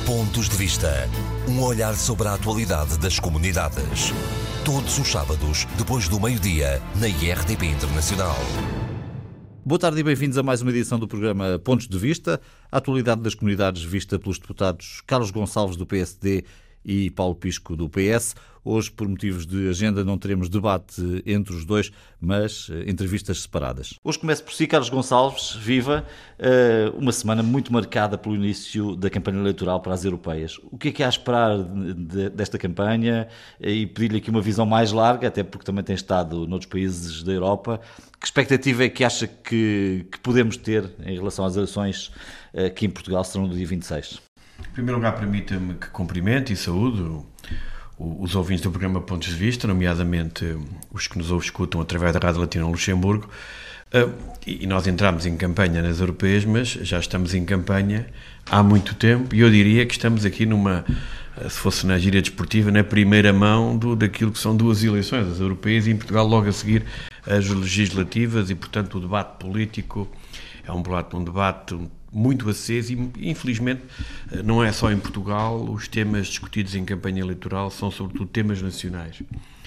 Pontos de Vista. Um olhar sobre a atualidade das comunidades. Todos os sábados, depois do meio-dia, na IRTP Internacional. Boa tarde e bem-vindos a mais uma edição do programa Pontos de Vista. A atualidade das comunidades vista pelos deputados Carlos Gonçalves, do PSD, e Paulo Pisco, do PS. Hoje, por motivos de agenda, não teremos debate entre os dois, mas entrevistas separadas. Hoje começo por si, Carlos Gonçalves. Viva! Uma semana muito marcada pelo início da campanha eleitoral para as europeias. O que é a esperar desta campanha? E pedir-lhe aqui uma visão mais larga, até porque também tem estado noutros países da Europa. Que expectativa é que acha que podemos ter em relação às eleições que em Portugal serão no dia 26? Em primeiro lugar, permita-me que cumprimente e saúde os ouvintes do programa Pontos de Vista, nomeadamente os que nos escutam através da Rádio Latina Luxemburgo. E nós entramos em campanha nas europeias, mas já estamos em campanha há muito tempo, e eu diria que estamos aqui se fosse na gíria desportiva, na primeira mão daquilo que são duas eleições, as europeias e em Portugal logo a seguir as legislativas, e portanto o debate político é um debate muito aceso e, infelizmente, não é só em Portugal. Os temas discutidos em campanha eleitoral são, sobretudo, temas nacionais.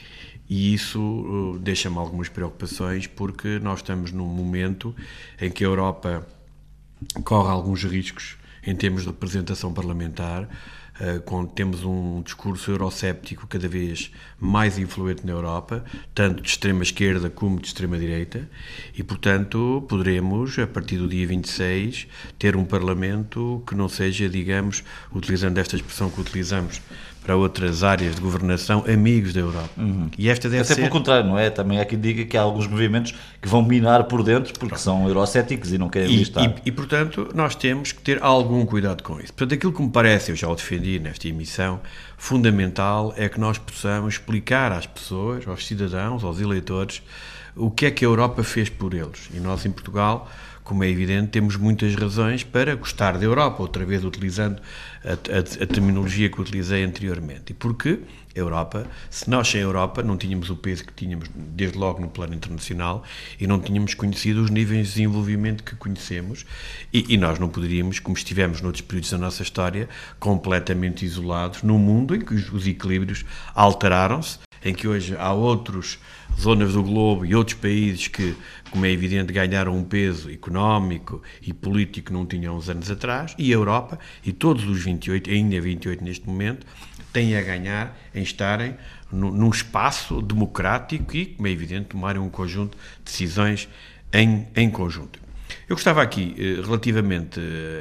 E isso deixa-me algumas preocupações, porque nós estamos num momento em que a Europa corre alguns riscos em termos de representação parlamentar, quando temos um discurso eurocéptico cada vez mais influente na Europa, tanto de extrema-esquerda como de extrema-direita, e, portanto, poderemos, a partir do dia 26, ter um Parlamento que não seja, digamos, utilizando esta expressão que utilizamos para outras áreas de governação, amigos da Europa. E esta deve Até ser... pelo contrário, não é? Também há quem diga que há alguns movimentos que vão minar por dentro porque são eurocéticos e não querem listar. E, portanto, nós temos que ter algum cuidado com isso. Portanto, aquilo que me parece, eu já o defendi nesta emissão, fundamental é que nós possamos explicar às pessoas, aos cidadãos, aos eleitores, o que é que a Europa fez por eles. E nós, em Portugal, como é evidente, temos muitas razões para gostar da Europa, outra vez utilizando a terminologia que utilizei anteriormente. E porque a Europa, se nós sem a Europa não tínhamos o peso que tínhamos desde logo no plano internacional e não tínhamos conhecido os níveis de desenvolvimento que conhecemos, e nós não poderíamos, como estivemos noutros períodos da nossa história, completamente isolados num mundo em que os equilíbrios alteraram-se, em que hoje há outras zonas do globo e outros países que, como é evidente, ganharam um peso económico e político que não tinham uns anos atrás, e a Europa, e todos os 28, ainda 28 neste momento, têm a ganhar em estarem num espaço democrático e, como é evidente, tomarem um conjunto de decisões em conjunto. Eu gostava aqui, relativamente,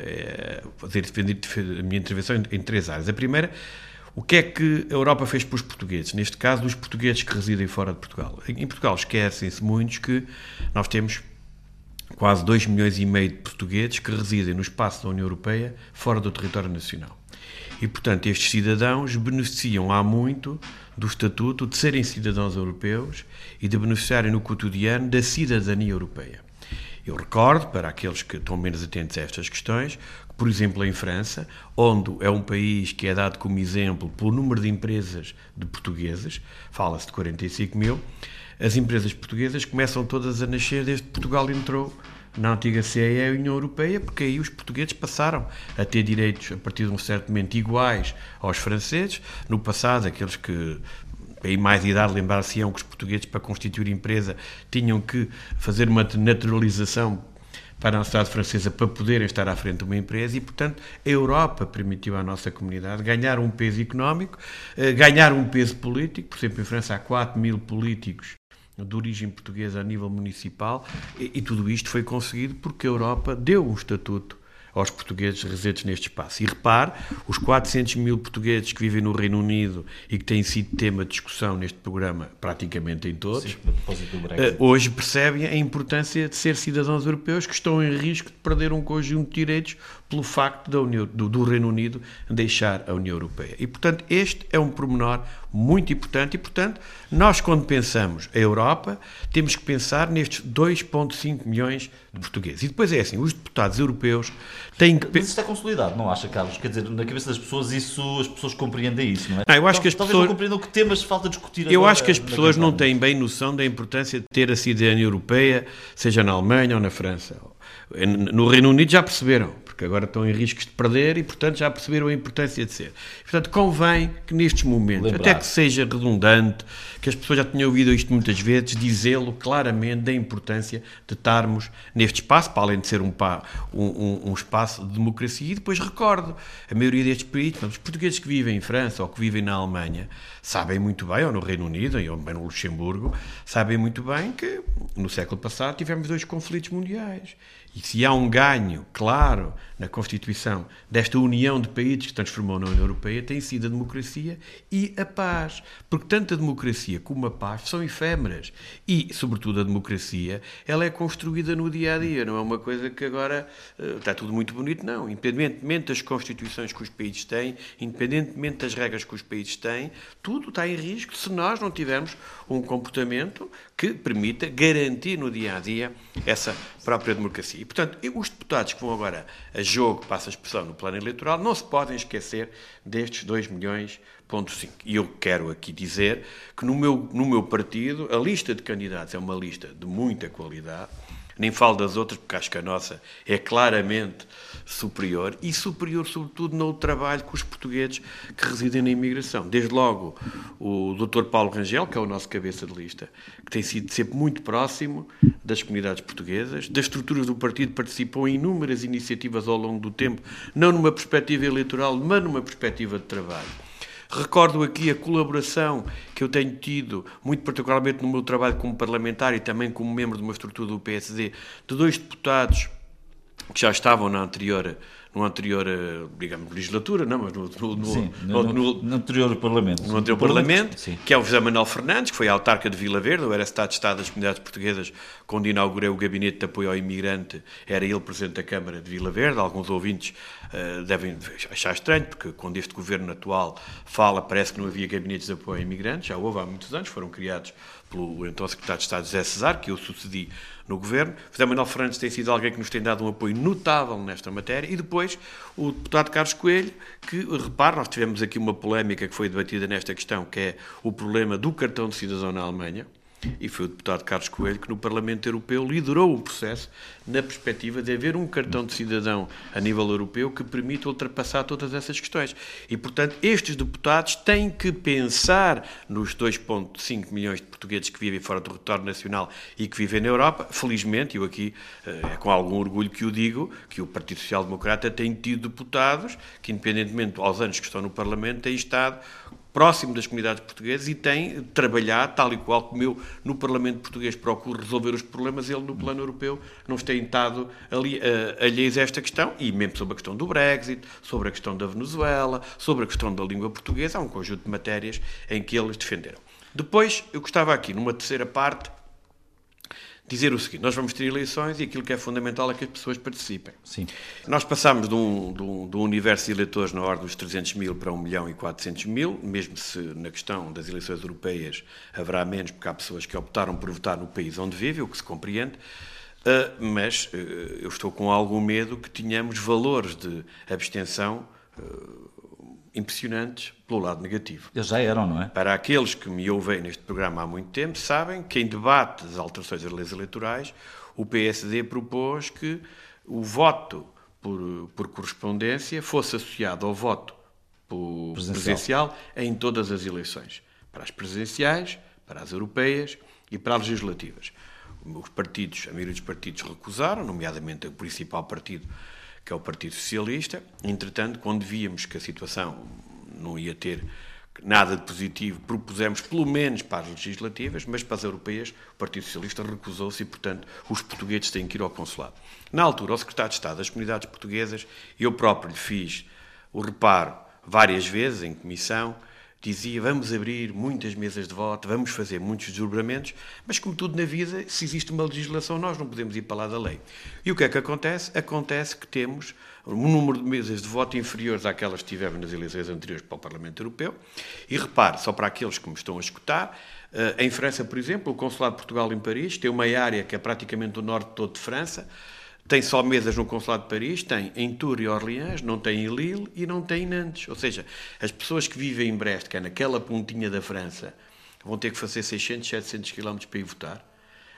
defender a minha intervenção em três áreas. A primeira, o que é que a Europa fez para os portugueses? Neste caso, os portugueses que residem fora de Portugal. Em Portugal esquecem-se muitos que nós temos quase 2,5 milhões de portugueses que residem no espaço da União Europeia fora do território nacional. E, portanto, estes cidadãos beneficiam há muito do estatuto de serem cidadãos europeus e de beneficiarem no cotidiano da cidadania europeia. Eu recordo, para aqueles que estão menos atentos a estas questões, que, por exemplo, em França, onde é um país que é dado como exemplo pelo número de empresas de portugueses, fala-se de 45 mil, as empresas portuguesas começam todas a nascer desde que Portugal entrou na antiga CEE, a União Europeia, porque aí os portugueses passaram a ter direitos, a partir de um certo momento, iguais aos franceses. No passado, aqueles que têm mais idade lembrar-se-ão que os portugueses, para constituir empresa, tinham que fazer uma naturalização para a sociedade francesa para poderem estar à frente de uma empresa, e, portanto, a Europa permitiu à nossa comunidade ganhar um peso económico, ganhar um peso político. Por exemplo, em França há 4 mil políticos de origem portuguesa a nível municipal, e tudo isto foi conseguido porque a Europa deu um estatuto aos portugueses residentes neste espaço. E repare, os 400 mil portugueses que vivem no Reino Unido e que têm sido tema de discussão neste programa, praticamente em todos, Sim, hoje percebem a importância de ser cidadãos europeus, que estão em risco de perder um conjunto de direitos pelo facto do Reino Unido deixar a União Europeia. E, portanto, este é um pormenor muito importante e, portanto, nós, quando pensamos a Europa, temos que pensar nestes 2,5 milhões de portugueses. E depois é assim, os deputados europeus têm que... Mas isso está consolidado, não acha, Carlos? Quer dizer, na cabeça das pessoas, as pessoas compreendem isso, não é? Eu acho que as talvez pessoas... não compreendam que temas falta discutir agora. Eu acho que as pessoas não têm bem noção da importância de ter a cidadania europeia, seja na Alemanha ou na França. No Reino Unido já perceberam, porque agora estão em riscos de perder e, portanto, já perceberam a importância de ser. Portanto, convém que nestes momentos, até que seja redundante, que as pessoas já tenham ouvido isto muitas vezes, dizê-lo claramente da importância de estarmos neste espaço, para além de ser um espaço de democracia. E depois recordo, a maioria destes países, os portugueses que vivem em França ou que vivem na Alemanha, sabem muito bem, ou no Reino Unido, ou bem no Luxemburgo, sabem muito bem que no século passado tivemos 2 conflitos mundiais. E se há um ganho, claro, na constituição desta união de países que se transformou na União Europeia, tem sido a democracia e a paz. Porque tanto a democracia como a paz são efêmeras. E, sobretudo, a democracia, ela é construída no dia-a-dia. Não é uma coisa que agora está tudo muito bonito, não. Independentemente das constituições que os países têm, independentemente das regras que os países têm, tudo está em risco se nós não tivermos um comportamento que permita garantir no dia-a-dia essa própria democracia. E, portanto, os deputados que vão agora a jogo, passa a expressão, no plano eleitoral, não se podem esquecer destes 2,5 milhões. E eu quero aqui dizer que no meu partido a lista de candidatos é uma lista de muita qualidade. Nem falo das outras, porque acho que a nossa é claramente superior, e superior, sobretudo, no trabalho com os portugueses que residem na imigração. Desde logo, o Dr. Paulo Rangel, que é o nosso cabeça de lista, que tem sido sempre muito próximo das comunidades portuguesas, das estruturas do partido, participou em inúmeras iniciativas ao longo do tempo, não numa perspectiva eleitoral, mas numa perspectiva de trabalho. Recordo aqui a colaboração que eu tenho tido, muito particularmente no meu trabalho como parlamentar e também como membro de uma estrutura do PSD, de 2 deputados que já estavam na anterior, digamos, legislatura, não, mas no anterior Parlamento. No anterior Parlamento, que é o José Manuel Fernandes, que foi autarca de Vila Verde, eu era Secretário de Estado das Comunidades Portuguesas, quando inaugurei o Gabinete de Apoio ao Imigrante, era ele Presidente da Câmara de Vila Verde. Alguns ouvintes devem achar estranho, porque quando este governo atual fala, parece que não havia gabinetes de apoio a imigrantes, já houve há muitos anos, foram criados pelo então Secretário de Estado José Cesar, que eu sucedi no governo. José Manuel Fernandes tem sido alguém que nos tem dado um apoio notável nesta matéria, e depois o deputado Carlos Coelho, que, repare, nós tivemos aqui uma polémica que foi debatida nesta questão, que é o problema do cartão de cidadão na Alemanha, e foi o deputado Carlos Coelho que no Parlamento Europeu liderou um processo na perspectiva de haver um cartão de cidadão a nível europeu que permita ultrapassar todas essas questões. E, portanto, estes deputados têm que pensar nos 2,5 milhões de portugueses que vivem fora do território nacional e que vivem na Europa. Felizmente, eu aqui, é com algum orgulho que o digo, que o Partido Social Democrata tem tido deputados que, independentemente aos anos que estão no Parlamento, têm estado próximo das comunidades portuguesas e tem trabalhado, tal e qual como eu no Parlamento Português procuro resolver os problemas, ele no plano europeu não tem estado alheios a esta questão, e mesmo sobre a questão do Brexit, sobre a questão da Venezuela, sobre a questão da língua portuguesa, há um conjunto de matérias em que eles defenderam. Depois, eu gostava aqui, numa terceira parte, dizer o seguinte: nós vamos ter eleições e aquilo que é fundamental é que as pessoas participem. Sim. Nós passamos de um universo de eleitores na ordem dos 300 mil para 1.400.000, mesmo se na questão das eleições europeias haverá menos, porque há pessoas que optaram por votar no país onde vivem, o que se compreende, mas eu estou com algum medo que tenhamos valores de abstenção impressionantes pelo lado negativo. Eles já eram, não é? Para aqueles que me ouvem neste programa há muito tempo, sabem que em debate das alterações das leis eleitorais, o PSD propôs que o voto por correspondência fosse associado ao voto presencial em todas as eleições. Para as presidenciais, para as europeias e para as legislativas. Os partidos, a maioria dos partidos recusaram, nomeadamente o principal partido, que é o Partido Socialista. Entretanto, quando víamos que a situação não ia ter nada de positivo, propusemos pelo menos para as legislativas, mas para as europeias o Partido Socialista recusou-se e, portanto, os portugueses têm que ir ao consulado. Na altura, o Secretário de Estado das Comunidades Portuguesas, eu próprio lhe fiz o reparo várias vezes em comissão, dizia: vamos abrir muitas mesas de voto, vamos fazer muitos desdobramentos, mas como tudo na vida, se existe uma legislação, nós não podemos ir para lá da lei. E o que é que acontece? Acontece que temos um número de mesas de voto inferiores àquelas que tivemos nas eleições anteriores para o Parlamento Europeu. E repare, só para aqueles que me estão a escutar, em França, por exemplo, o Consulado de Portugal em Paris tem uma área que é praticamente o norte todo de França. Tem só mesas no Consulado de Paris, tem em Tours e Orleans, não tem em Lille e não tem em Nantes. Ou seja, as pessoas que vivem em Brest, que é naquela pontinha da França, vão ter que fazer 600, 700 km para ir votar.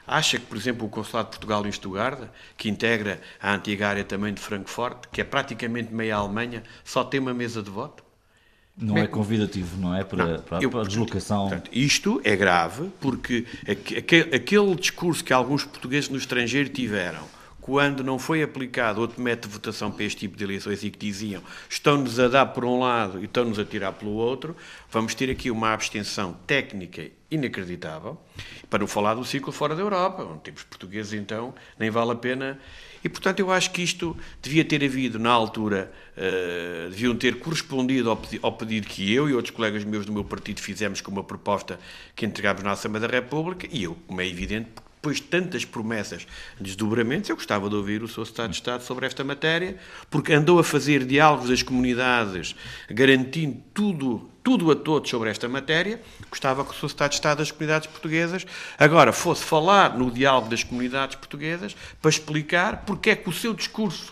Acha que, por exemplo, o Consulado de Portugal em Estugarda, que integra a antiga área também de Francfort, que é praticamente meia Alemanha, só tem uma mesa de voto? Não é convidativo, não é? Para a deslocação. Portanto, isto é grave porque aquele discurso que alguns portugueses no estrangeiro tiveram, quando não foi aplicado outro método de votação para este tipo de eleições e que diziam estão-nos a dar por um lado e estão-nos a tirar pelo outro, vamos ter aqui uma abstenção técnica inacreditável, para não falar do ciclo fora da Europa, onde temos portugueses, então, nem vale a pena. E, portanto, eu acho que isto devia ter havido, na altura, deviam ter correspondido ao pedido que eu e outros colegas meus do meu partido fizemos com uma proposta que entregámos na Assembleia da República, e eu, como é evidente, depois de tantas promessas de desdobramentos, eu gostava de ouvir o Sr. Secretário de Estado sobre esta matéria, porque andou a fazer diálogos das comunidades, garantindo tudo a todos sobre esta matéria. Gostava que o Sr. Secretário de Estado das comunidades portuguesas agora fosse falar no diálogo das comunidades portuguesas para explicar porque é que o seu discurso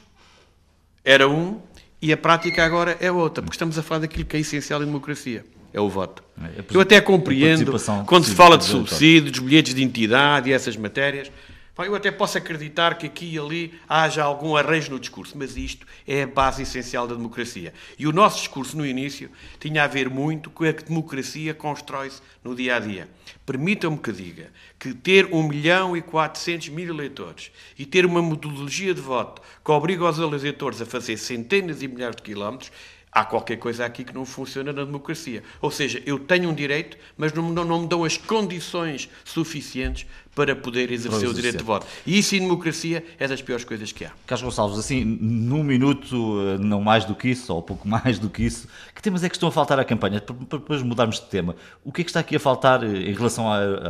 era um e a prática agora é outra, porque estamos a falar daquilo que é essencial em democracia. É o voto. Eu até compreendo, quando se fala de subsídios, bilhetes de identidade e essas matérias, eu até posso acreditar que aqui e ali haja algum arranjo no discurso, mas isto é a base essencial da democracia. E o nosso discurso, no início, tinha a ver muito com a que a democracia constrói-se no dia-a-dia. Permitam-me que diga que ter 1.400.000 eleitores e ter uma metodologia de voto que obriga os eleitores a fazer centenas e milhares de quilómetros, há qualquer coisa aqui que não funciona na democracia. Ou seja, eu tenho um direito, mas não me dão as condições suficientes para poder exercer o direito de voto. E isso em democracia é das piores coisas que há. Carlos Gonçalves, assim, num minuto, não mais do que isso, ou pouco mais do que isso, que temas é que estão a faltar à campanha? Para depois mudarmos de tema, o que é que está aqui a faltar em relação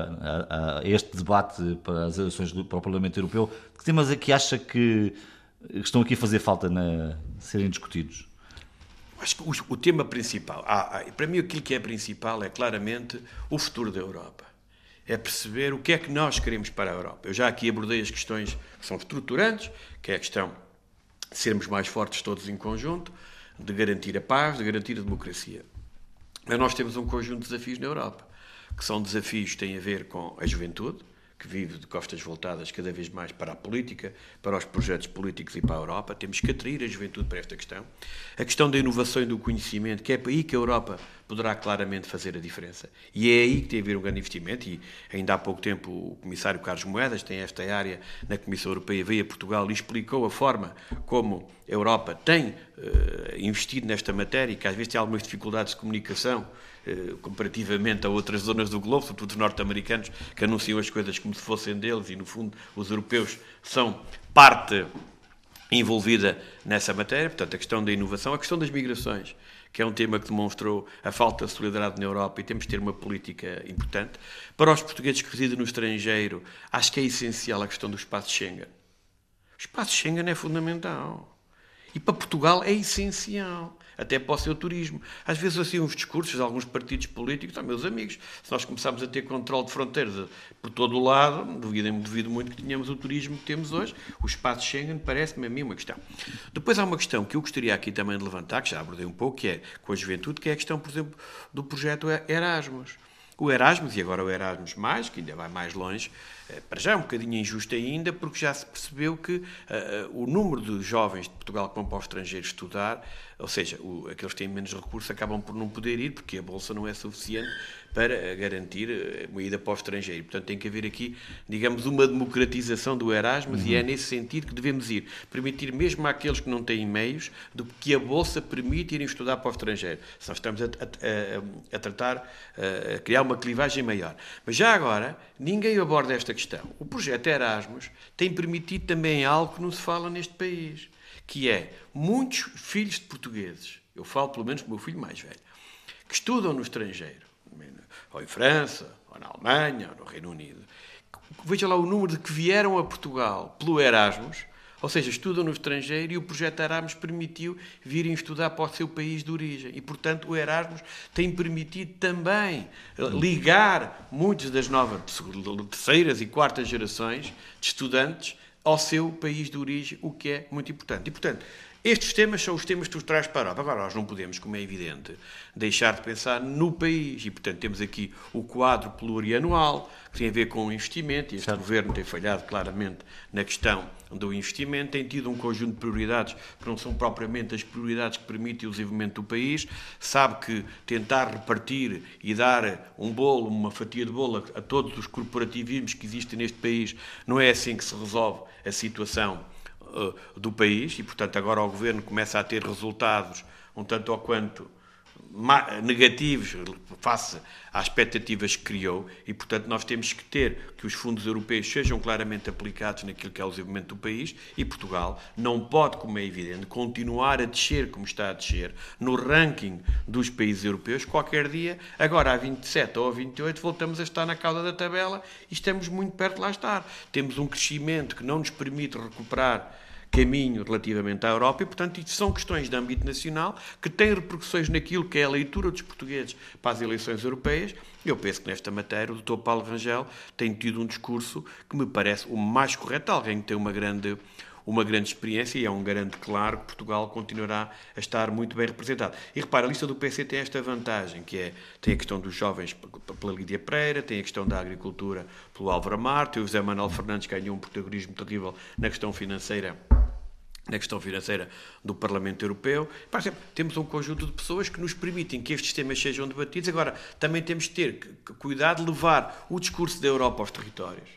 a este debate para as eleições para o Parlamento Europeu? Que temas é que acha que estão aqui a fazer falta serem discutidos? Acho que o tema principal, para mim aquilo que é principal é claramente o futuro da Europa. É perceber o que é que nós queremos para a Europa. Eu já aqui abordei as questões que são estruturantes, que é a questão de sermos mais fortes todos em conjunto, de garantir a paz, de garantir a democracia. Mas nós temos um conjunto de desafios na Europa, que são desafios que têm a ver com a juventude, que vive de costas voltadas cada vez mais para a política, para os projetos políticos e para a Europa. Temos que atrair a juventude para esta questão. A questão da inovação e do conhecimento, que é aí que a Europa poderá claramente fazer a diferença. E é aí que tem a haver um grande investimento. E ainda há pouco tempo o comissário Carlos Moedas, tem esta área na Comissão Europeia, veio a Portugal e explicou a forma como a Europa tem investido nesta matéria e que às vezes tem algumas dificuldades de comunicação comparativamente a outras zonas do globo, sobretudo os norte-americanos, que anunciam as coisas como se fossem deles e, no fundo, os europeus são parte envolvida nessa matéria. Portanto, a questão da inovação, a questão das migrações, que é um tema que demonstrou a falta de solidariedade na Europa e temos de ter uma política importante. Para os portugueses que residem no estrangeiro, acho que é essencial a questão do espaço Schengen. O espaço Schengen é fundamental. E para Portugal é essencial. Até para o seu turismo. Às vezes, assim, uns discursos de alguns partidos políticos, meus amigos, se nós começarmos a ter controle de fronteiras por todo o lado, duvido muito que tenhamos o turismo que temos hoje. O espaço Schengen parece-me a mim uma questão. Depois há uma questão que eu gostaria aqui também de levantar, que já abordei um pouco, que é com a juventude, que é a questão, por exemplo, do projeto Erasmus. O Erasmus, e agora o Erasmus+, que ainda vai mais longe, para já é um bocadinho injusto ainda, porque já se percebeu que o número de jovens de Portugal que vão para o estrangeiro estudar, ou seja, aqueles que têm menos recursos acabam por não poder ir, porque a bolsa não é suficiente para garantir uma ida para o estrangeiro. Portanto, tem que haver aqui, digamos, uma democratização do Erasmus e é nesse sentido que devemos ir. Permitir mesmo àqueles que não têm meios do que a bolsa permite irem estudar para o estrangeiro. Se nós estamos a criar uma clivagem maior. Mas já agora, ninguém aborda esta questão. O projeto Erasmus tem permitido também algo que não se fala neste país, que é muitos filhos de portugueses, eu falo pelo menos com o meu filho mais velho, que estudam no estrangeiro, ou em França, ou na Alemanha, ou no Reino Unido. Veja lá o número de que vieram a Portugal pelo Erasmus, ou seja, estudam no estrangeiro e o projeto Erasmus permitiu virem estudar para o seu país de origem. E, portanto, o Erasmus tem permitido também ligar muitas das novas terceiras e quartas gerações de estudantes ao seu país de origem, o que é muito importante. E, portanto, Estes temas são os temas que tu traz para a Europa. Agora, nós não podemos, como é evidente, deixar de pensar no país. E, portanto, temos aqui o quadro plurianual, que tem a ver com o investimento, e este governo tem falhado claramente na questão do investimento, tem tido um conjunto de prioridades que não são propriamente as prioridades que permitem o desenvolvimento do país, sabe que tentar repartir e dar um bolo, uma fatia de bolo a todos os corporativismos que existem neste país, não é assim que se resolve a situação do país, e portanto agora o Governo começa a ter resultados um tanto ou quanto negativos face às expectativas que criou, e portanto nós temos que ter que os fundos europeus sejam claramente aplicados naquilo que é o desenvolvimento do país, e Portugal não pode, como é evidente, continuar a descer como está a descer no ranking dos países europeus. Qualquer dia, agora a 27 ou a 28, voltamos a estar na cauda da tabela e estamos muito perto de lá estar. Temos um crescimento que não nos permite recuperar caminho relativamente à Europa e, portanto, isto são questões de âmbito nacional que têm repercussões naquilo que é a leitura dos portugueses para as eleições europeias. Eu penso que nesta matéria o Dr. Paulo Rangel tem tido um discurso que me parece o mais correto, alguém que tem uma grande experiência, e é um garante claro que Portugal continuará a estar muito bem representado. E repara, a lista do PC tem esta vantagem, que é, tem a questão dos jovens pela Lídia Pereira, tem a questão da agricultura pelo Álvaro Amar, tem o José Manuel Fernandes, que ganhou um protagonismo terrível na questão financeira do Parlamento Europeu. Temos um conjunto de pessoas que nos permitem que estes temas sejam debatidos. Agora, também temos de ter cuidado de levar o discurso da Europa aos territórios.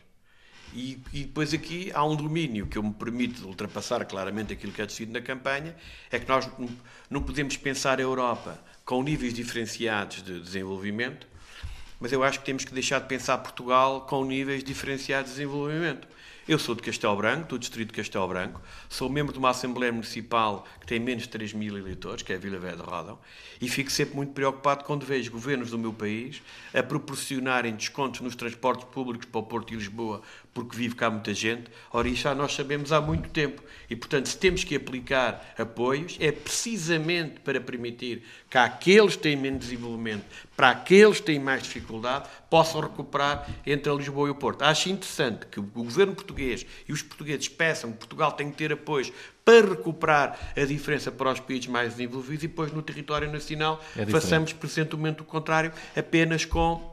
E depois aqui há um domínio que eu me permite ultrapassar claramente aquilo que é decidido na campanha, é que nós não podemos pensar a Europa com níveis diferenciados de desenvolvimento, mas eu acho que temos que deixar de pensar Portugal com níveis diferenciados de desenvolvimento. Eu sou de Castelo Branco, do distrito de Castelo Branco, sou membro de uma Assembleia Municipal que tem menos de 3 mil eleitores, que é a Vila Velha de Ródão, e fico sempre muito preocupado quando vejo governos do meu país a proporcionarem descontos nos transportes públicos para o Porto de Lisboa, porque vive cá muita gente. Ora, isso já nós sabemos há muito tempo. E, portanto, se temos que aplicar apoios, é precisamente para permitir que aqueles que têm menos desenvolvimento, para aqueles que têm mais dificuldade, possam recuperar entre a Lisboa e o Porto. Acho interessante que o governo português e os portugueses peçam que Portugal tem que ter apoios para recuperar a diferença para os países mais desenvolvidos, e depois no território nacional façamos presentemente o contrário, apenas com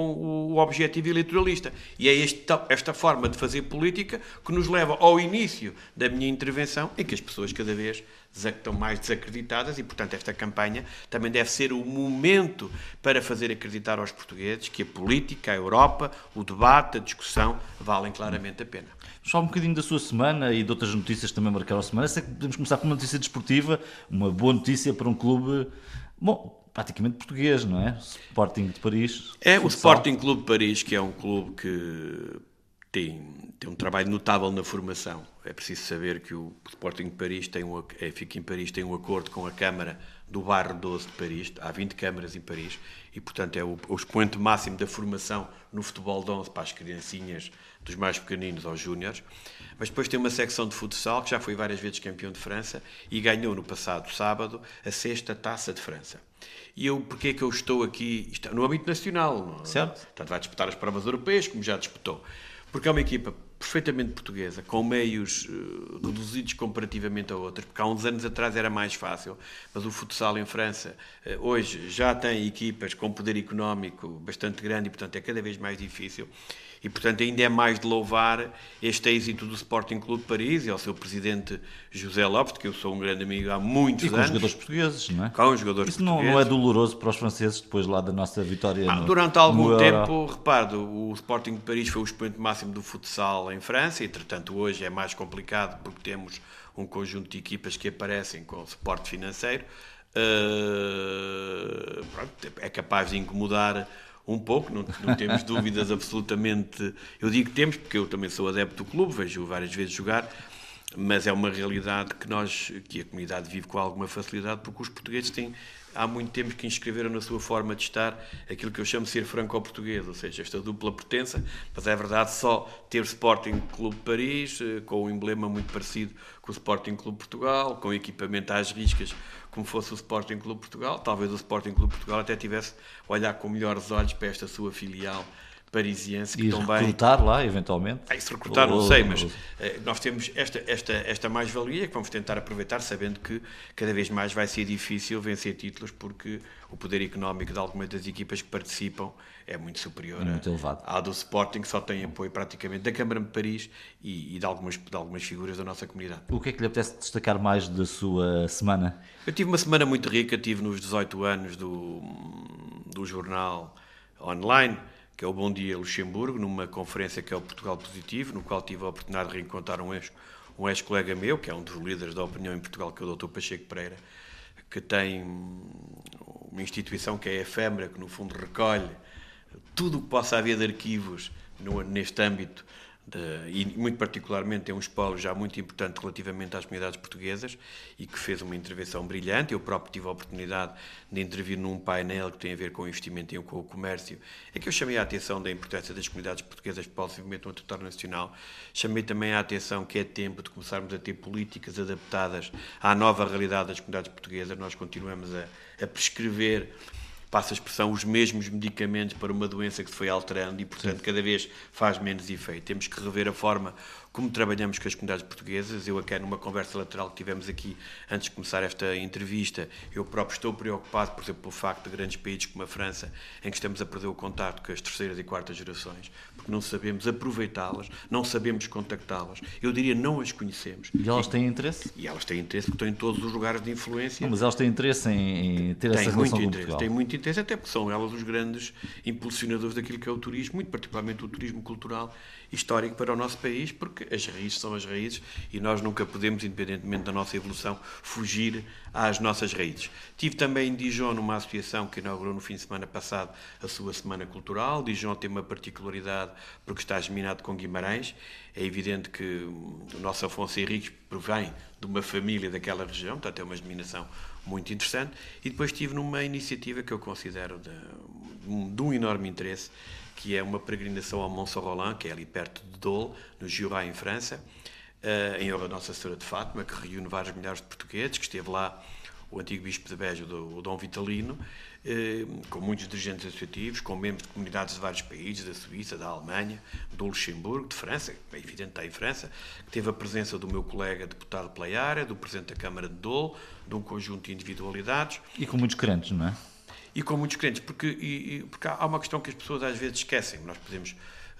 o objetivo eleitoralista. E é esta forma de fazer política que nos leva ao início da minha intervenção, em que as pessoas cada vez estão mais desacreditadas, e, portanto, esta campanha também deve ser o momento para fazer acreditar aos portugueses que a política, a Europa, o debate, a discussão valem claramente a pena. Só um bocadinho da sua semana e de outras notícias que também marcaram a semana. Sei que podemos começar com uma notícia desportiva, uma boa notícia para um clube, praticamente português, não é? Sporting de Paris. É o Sporting Clube de Paris, que é um clube que tem um trabalho notável na formação. É preciso saber que o Sporting de Paris fica em Paris, tem um acordo com a Câmara do bairro 12 de Paris. Há 20 câmaras em Paris e, portanto, é o expoente máximo da formação no futebol de 11 para as criancinhas, dos mais pequeninos aos júniores. Mas depois tem uma secção de futsal, que já foi várias vezes campeão de França e ganhou no passado sábado a 6ª Taça de França. E porquê é que eu estou aqui? Isto, no âmbito nacional. Certo. Portanto, vai disputar as provas europeias, como já disputou. Porque é uma equipa perfeitamente portuguesa, com meios reduzidos comparativamente a outras, porque há uns anos atrás era mais fácil, mas o futsal em França hoje já tem equipas com poder económico bastante grande e, portanto, é cada vez mais difícil. E, portanto, ainda é mais de louvar este êxito do Sporting Clube de Paris e ao seu presidente José Lopes, que eu sou um grande amigo há muitos anos. E com os jogadores portugueses, não é? Com os jogadores portugueses. Isso não é doloroso para os franceses depois lá da nossa vitória durante algum tempo, repare, o Sporting de Paris foi o expoente máximo do futsal em França, e, entretanto, hoje é mais complicado porque temos um conjunto de equipas que aparecem com suporte financeiro. É capaz de incomodar um pouco, não temos dúvidas absolutamente. Eu digo que temos, porque eu também sou adepto do clube, vejo várias vezes jogar, mas é uma realidade que a comunidade vive com alguma facilidade, porque os portugueses têm há muito tempo que inscreveram na sua forma de estar aquilo que eu chamo de ser franco-português, ou seja, esta dupla pertença, mas é verdade só ter o Sporting Clube de Paris, com um emblema muito parecido com o Sporting Clube Portugal, com equipamento às riscas, como fosse o Sporting Clube Portugal. Talvez o Sporting Clube Portugal até tivesse a olhar com melhores olhos para esta sua filial parisiense. Que e também... recrutar lá, eventualmente? Se recrutar, não sei, mas nós temos esta mais-valia que vamos tentar aproveitar, sabendo que cada vez mais vai ser difícil vencer títulos, porque o poder económico de algumas das equipas que participam é muito superior ao do Sporting, que só tem apoio praticamente da Câmara de Paris e de algumas figuras da nossa comunidade. O que é que lhe apetece destacar mais da sua semana? Eu tive uma semana muito rica, tive nos 18 anos do jornal online, que é o Bom Dia Luxemburgo, numa conferência que é o Portugal Positivo, no qual tive a oportunidade de reencontrar um ex-colega meu, que é um dos líderes da opinião em Portugal, que é o Dr. Pacheco Pereira, que tem uma instituição que é a efêmera, que no fundo recolhe tudo o que possa haver de arquivos neste âmbito, e muito particularmente tem um espólio já muito importante relativamente às comunidades portuguesas e que fez uma intervenção brilhante. Eu próprio tive a oportunidade de intervir num painel que tem a ver com o investimento e com o comércio, em que eu chamei a atenção da importância das comunidades portuguesas para o desenvolvimento do território nacional. Chamei também a atenção que é tempo de começarmos a ter políticas adaptadas à nova realidade das comunidades portuguesas. Nós continuamos a prescrever, passa a expressão, os mesmos medicamentos para uma doença que se foi alterando e, portanto, cada vez faz menos efeito. Temos que rever a forma como trabalhamos com as comunidades portuguesas. Eu, aqui numa conversa lateral que tivemos aqui antes de começar esta entrevista, eu próprio estou preocupado, por exemplo, pelo facto de grandes países como a França, em que estamos a perder o contacto com as terceiras e quartas gerações, porque não sabemos aproveitá-las, não sabemos contactá-las. Eu diria, não as conhecemos. E elas têm interesse? E elas têm interesse porque estão em todos os lugares de influência. Não, mas elas têm interesse em ter essa relação com Portugal? Têm muito interesse, até porque são elas os grandes impulsionadores daquilo que é o turismo, muito particularmente o turismo cultural histórico para o nosso país, porque as raízes são as raízes e nós nunca podemos, independentemente da nossa evolução, fugir às nossas raízes. Tive também em Dijon numa associação que inaugurou no fim de semana passado a sua Semana Cultural. Dijon tem uma particularidade porque está geminado com Guimarães. É evidente que o nosso Afonso Henriques provém de uma família daquela região, portanto é uma geminação muito interessante. E depois estive numa iniciativa que eu considero de um enorme interesse, que é uma peregrinação ao Mont Saint-Roland, que é ali perto de Dole, no Jura, em França, em honra da Nossa Senhora de Fátima, que reúne vários milhares de portugueses, que esteve lá o antigo bispo de Beja, o Dom Vitalino, com muitos dirigentes associativos, com membros de comunidades de vários países, da Suíça, da Alemanha, do Luxemburgo, de França, é evidente que está em França, que teve a presença do meu colega deputado pela área, do Presidente da Câmara de Dole, de um conjunto de individualidades. E com muitos crentes, não é? E com muitos crentes, porque há uma questão que as pessoas às vezes esquecem. Nós podemos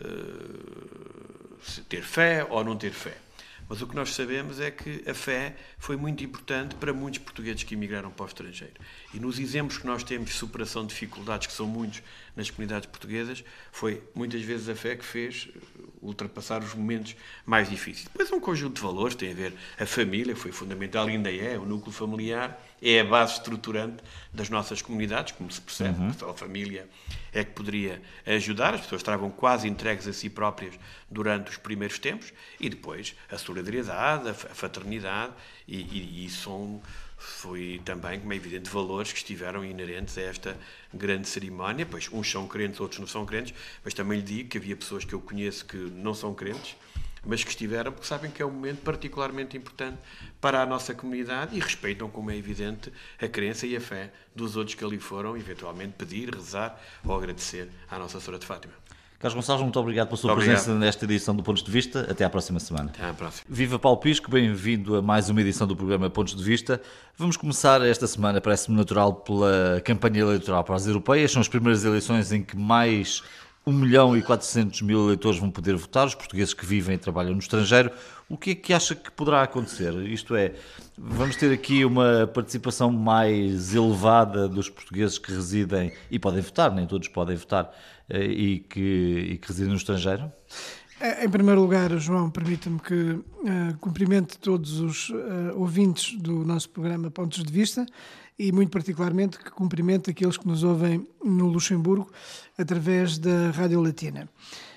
ter fé ou não ter fé. Mas o que nós sabemos é que a fé foi muito importante para muitos portugueses que emigraram para o estrangeiro. E nos exemplos que nós temos de superação de dificuldades, que são muitos nas comunidades portuguesas, foi muitas vezes a fé que fez ultrapassar os momentos mais difíceis. Depois um conjunto de valores, tem a ver a família, foi fundamental, ainda é, o núcleo familiar é a base estruturante das nossas comunidades, como se percebe, a família é que poderia ajudar, as pessoas estavam quase entregues a si próprias durante os primeiros tempos, e depois a solidariedade, a fraternidade, e isso foi também, como é evidente, valores que estiveram inerentes a esta grande cerimónia. Pois uns são crentes, outros não são crentes, mas também lhe digo que havia pessoas que eu conheço que não são crentes, mas que estiveram porque sabem que é um momento particularmente importante para a nossa comunidade e respeitam, como é evidente, a crença e a fé dos outros que ali foram, eventualmente pedir, rezar ou agradecer à Nossa Senhora de Fátima. Carlos Gonçalves, muito obrigado pela sua presença nesta edição do Pontos de Vista. Até à próxima semana. Até à próxima. Viva Paulo Pisco, bem-vindo a mais uma edição do programa Pontos de Vista. Vamos começar esta semana, parece-me natural, pela campanha eleitoral para as europeias. São as primeiras eleições em que mais 1.400.000 eleitores vão poder votar, os portugueses que vivem e trabalham no estrangeiro. O que é que acha que poderá acontecer? Isto é, vamos ter aqui uma participação mais elevada dos portugueses que residem e podem votar, nem todos podem votar, e que residem no estrangeiro? Em primeiro lugar, João, permita-me que cumprimente todos os ouvintes do nosso programa Pontos de Vista e, muito particularmente, que cumprimente aqueles que nos ouvem no Luxemburgo através da Rádio Latina.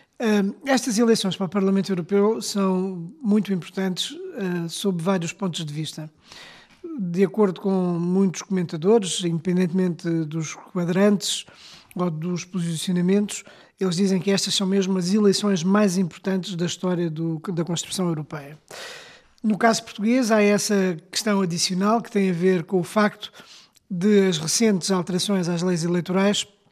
Estas eleições para o Parlamento Europeu são muito importantes sob vários pontos de vista. De acordo com muitos comentadores, independentemente dos quadrantes ou dos posicionamentos, eles dizem que estas são mesmo as eleições mais importantes da história da construção europeia. No caso português, há essa questão adicional que tem a ver com o facto de as recentes alterações às leis eleitorais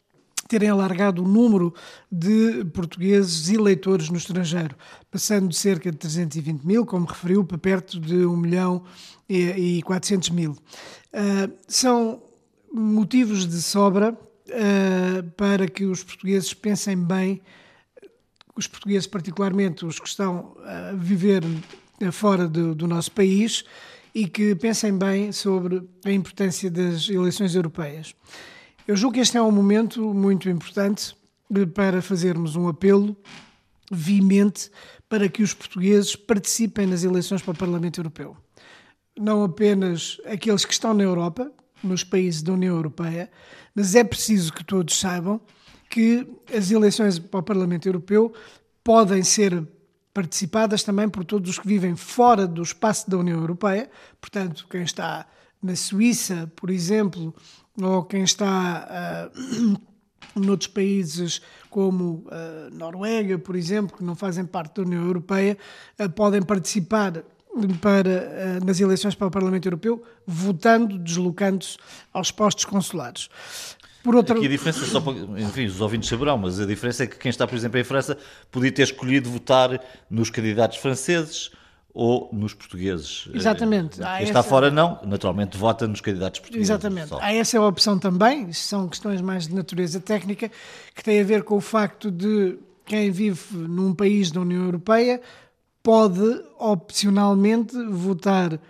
terem alargado o número de portugueses eleitores no estrangeiro, passando de cerca de 320 mil, como referiu, para perto de 1.400.000. São motivos de sobra para que os portugueses pensem bem, os portugueses particularmente os que estão a viver fora do nosso país, e que pensem bem sobre a importância das eleições europeias. Eu julgo que este é um momento muito importante para fazermos um apelo veemente para que os portugueses participem nas eleições para o Parlamento Europeu. Não apenas aqueles que estão na Europa, nos países da União Europeia, mas é preciso que todos saibam que as eleições para o Parlamento Europeu podem ser participadas também por todos os que vivem fora do espaço da União Europeia, portanto, quem está na Suíça, por exemplo, ou quem está noutros países como Noruega, por exemplo, que não fazem parte da União Europeia, podem participar nas eleições para o Parlamento Europeu, votando, deslocando-se aos postos consulares. Aqui a diferença, só para, enfim, os ouvintes saberão, mas a diferença é que quem está, por exemplo, em França, podia ter escolhido votar nos candidatos franceses ou nos portugueses. Exatamente. Quem está fora não, naturalmente vota nos candidatos portugueses. Exatamente. Há essa opção também, são questões mais de natureza técnica, que têm a ver com o facto de quem vive num país da União Europeia pode opcionalmente votar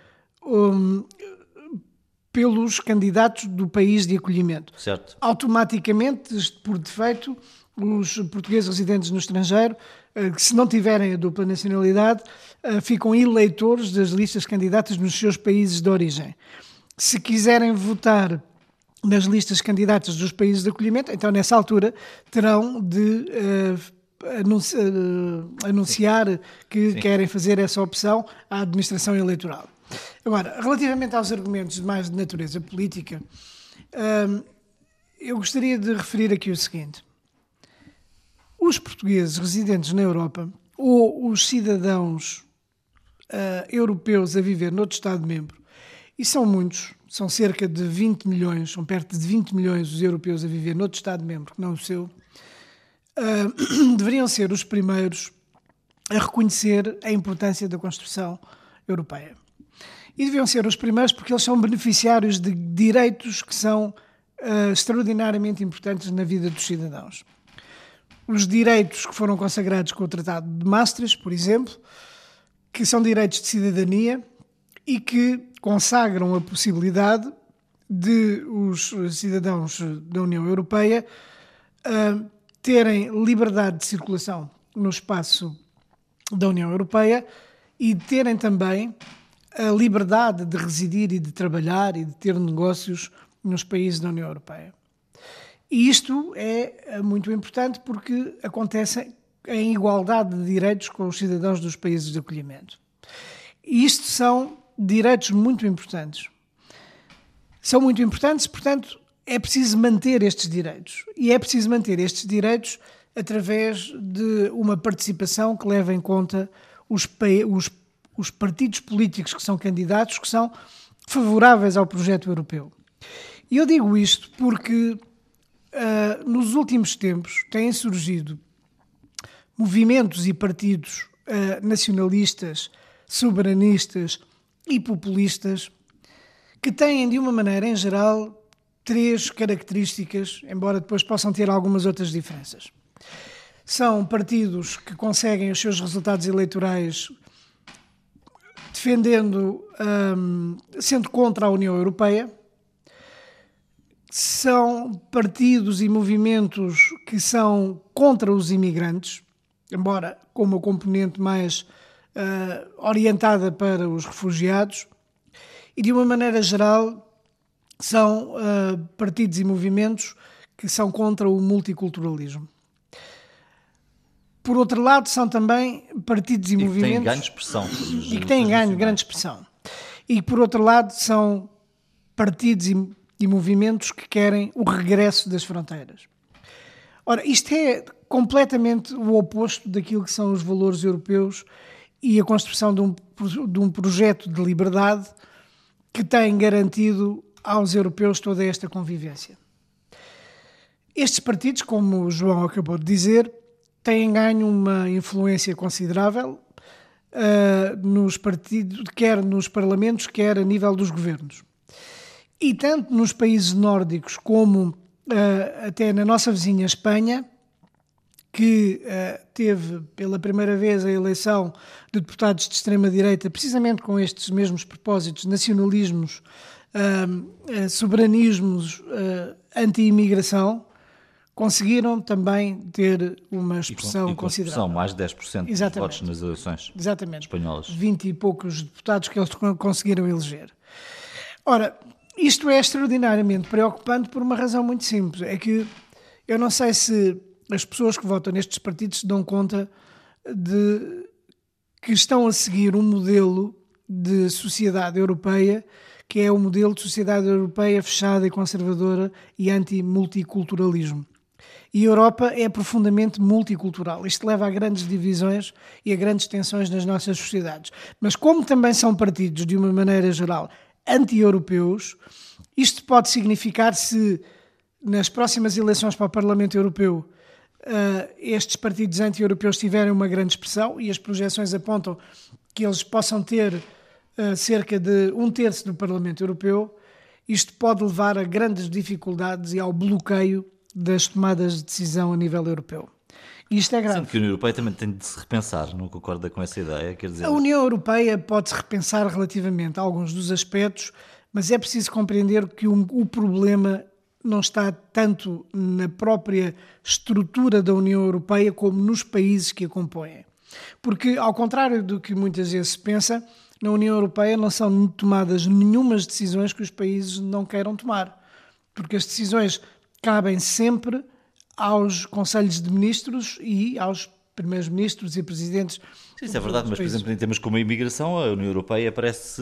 pelos candidatos do país de acolhimento. Certo. Automaticamente, por defeito, os portugueses residentes no estrangeiro, que se não tiverem a dupla nacionalidade, ficam eleitores das listas candidatas nos seus países de origem. Se quiserem votar nas listas candidatas dos países de acolhimento, então nessa altura terão de anunciar que querem fazer essa opção à administração eleitoral. Agora, relativamente aos argumentos mais de natureza política, eu gostaria de referir aqui o seguinte. Os portugueses residentes na Europa ou os cidadãos europeus a viver noutro Estado-membro, e são muitos, são cerca de 20 milhões, são perto de 20 milhões os europeus a viver noutro Estado-membro que não o seu, deveriam ser os primeiros a reconhecer a importância da construção europeia. E deviam ser os primeiros porque eles são beneficiários de direitos que são extraordinariamente importantes na vida dos cidadãos. Os direitos que foram consagrados com o Tratado de Maastricht, por exemplo, que são direitos de cidadania e que consagram a possibilidade de os cidadãos da União Europeia terem liberdade de circulação no espaço da União Europeia e terem também a liberdade de residir e de trabalhar e de ter negócios nos países da União Europeia. E isto é muito importante porque acontece em igualdade de direitos com os cidadãos dos países de acolhimento. E isto são direitos muito importantes. São muito importantes, portanto, é preciso manter estes direitos. E é preciso manter estes direitos através de uma participação que leve em conta os partidos políticos que são candidatos, que são favoráveis ao projeto europeu. E eu digo isto porque nos últimos tempos têm surgido movimentos e partidos nacionalistas, soberanistas e populistas que têm, de uma maneira em geral, 3 características, embora depois possam ter algumas outras diferenças. São partidos que conseguem os seus resultados eleitorais defendendo, sendo contra a União Europeia. São partidos e movimentos que são contra os imigrantes, embora com uma componente mais orientada para os refugiados, e de uma maneira geral são partidos e movimentos que são contra o multiculturalismo. Por outro lado, são também partidos e movimentos... que têm ganho de expressão. E que têm ganho de grande expressão. E, por outro lado, são partidos e movimentos que querem o regresso das fronteiras. Ora, isto é completamente o oposto daquilo que são os valores europeus e a construção de um projeto de liberdade que tem garantido aos europeus toda esta convivência. Estes partidos, como o João acabou de dizer, têm ganho uma influência considerável nos partidos, quer nos parlamentos, quer a nível dos governos. E tanto nos países nórdicos como até na nossa vizinha Espanha, que teve pela primeira vez a eleição de deputados de extrema-direita, precisamente com estes mesmos propósitos, nacionalismos, soberanismos, anti-imigração, conseguiram também ter uma expressão considerável. Mais de 10% dos votos nas eleições espanholas. 20 e poucos deputados que eles conseguiram eleger. Ora, isto é extraordinariamente preocupante por uma razão muito simples. É que eu não sei se as pessoas que votam nestes partidos se dão conta de que estão a seguir um modelo de sociedade europeia que é o modelo de sociedade europeia fechada e conservadora e anti-multiculturalismo. E a Europa é profundamente multicultural. Isto leva a grandes divisões e a grandes tensões nas nossas sociedades. Mas como também são partidos, de uma maneira geral, anti-europeus, isto pode significar, se nas próximas eleições para o Parlamento Europeu estes partidos anti-europeus tiverem uma grande expressão, e as projeções apontam que eles possam ter cerca de 1/3 do Parlamento Europeu, isto pode levar a grandes dificuldades e ao bloqueio das tomadas de decisão a nível europeu. E isto é grave. Sendo que a União Europeia também tem de se repensar, não concorda com essa ideia? Quer dizer... A União Europeia pode-se repensar relativamente a alguns dos aspectos, mas é preciso compreender que o problema não está tanto na própria estrutura da União Europeia como nos países que a compõem. Porque, ao contrário do que muitas vezes se pensa, na União Europeia não são tomadas nenhumas decisões que os países não queiram tomar. Porque as decisões cabem sempre aos Conselhos de Ministros e aos primeiros-ministros e presidentes. Sim, isso é verdade, mas, por exemplo, em temas como a imigração, a União Europeia parece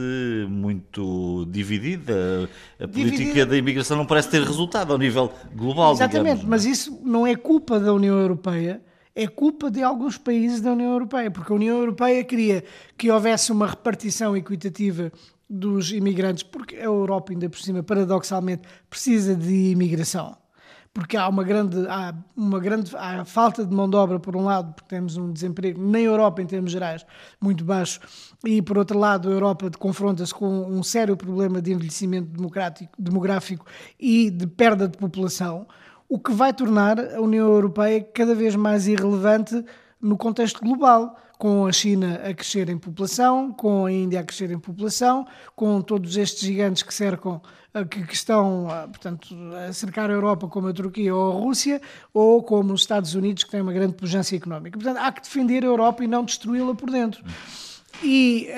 muito dividida. A política da imigração não parece ter resultado ao nível global, Exatamente, digamos. Mas isso não é culpa da União Europeia, é culpa de alguns países da União Europeia, porque a União Europeia queria que houvesse uma repartição equitativa dos imigrantes, porque a Europa, ainda por cima, paradoxalmente, precisa de imigração. Porque há falta de mão de obra, por um lado, porque temos um desemprego na Europa, em termos gerais, muito baixo, e, por outro lado, a Europa confronta-se com um sério problema de envelhecimento demográfico e de perda de população, o que vai tornar a União Europeia cada vez mais irrelevante no contexto global, com a China a crescer em população, com a Índia a crescer em população, com todos estes gigantes que cercam, que estão, portanto, a cercar a Europa, como a Turquia ou a Rússia, ou como os Estados Unidos, que têm uma grande pujança económica. Portanto, há que defender a Europa e não destruí-la por dentro. E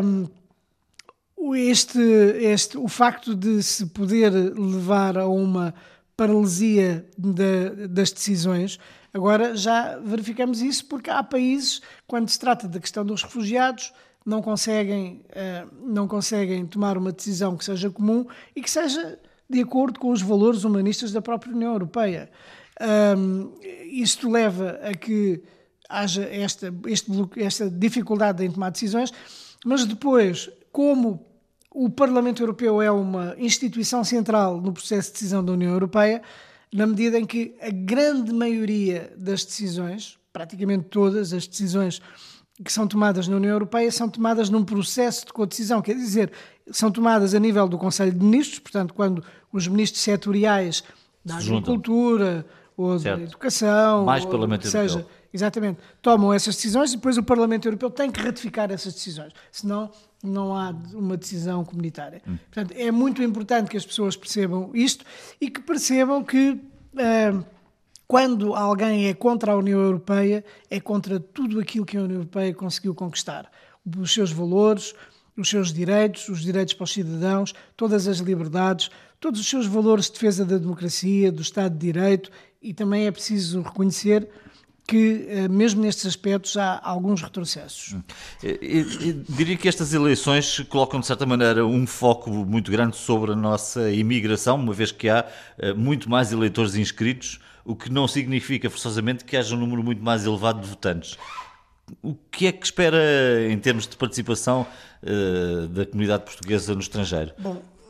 o facto de se poder levar a uma paralisia das decisões, agora já verificamos isso, porque há países, quando se trata da questão dos refugiados, não conseguem tomar uma decisão que seja comum e que seja de acordo com os valores humanistas da própria União Europeia. Isto leva a que haja esta dificuldade em tomar decisões, mas depois, como o Parlamento Europeu é uma instituição central no processo de decisão da União Europeia, na medida em que a grande maioria das decisões, praticamente todas as decisões que são tomadas na União Europeia, são tomadas num processo de codecisão, quer dizer, são tomadas a nível do Conselho de Ministros, portanto, quando os ministros setoriais da agricultura ou da educação, mais Parlamento Europeu. Exatamente, tomam essas decisões e depois o Parlamento Europeu tem que ratificar essas decisões, senão não há uma decisão comunitária. Portanto, é muito importante que as pessoas percebam isto e que percebam que quando alguém é contra a União Europeia, é contra tudo aquilo que a União Europeia conseguiu conquistar. Os seus valores, os seus direitos, os direitos para os cidadãos, todas as liberdades, todos os seus valores de defesa da democracia, do Estado de Direito, e também é preciso reconhecer que, mesmo nestes aspectos, há alguns retrocessos. Diria que estas eleições colocam, de certa maneira, um foco muito grande sobre a nossa imigração, uma vez que há muito mais eleitores inscritos, o que não significa forçosamente que haja um número muito mais elevado de votantes. O que é que espera em termos de participação da comunidade portuguesa no estrangeiro? Bom,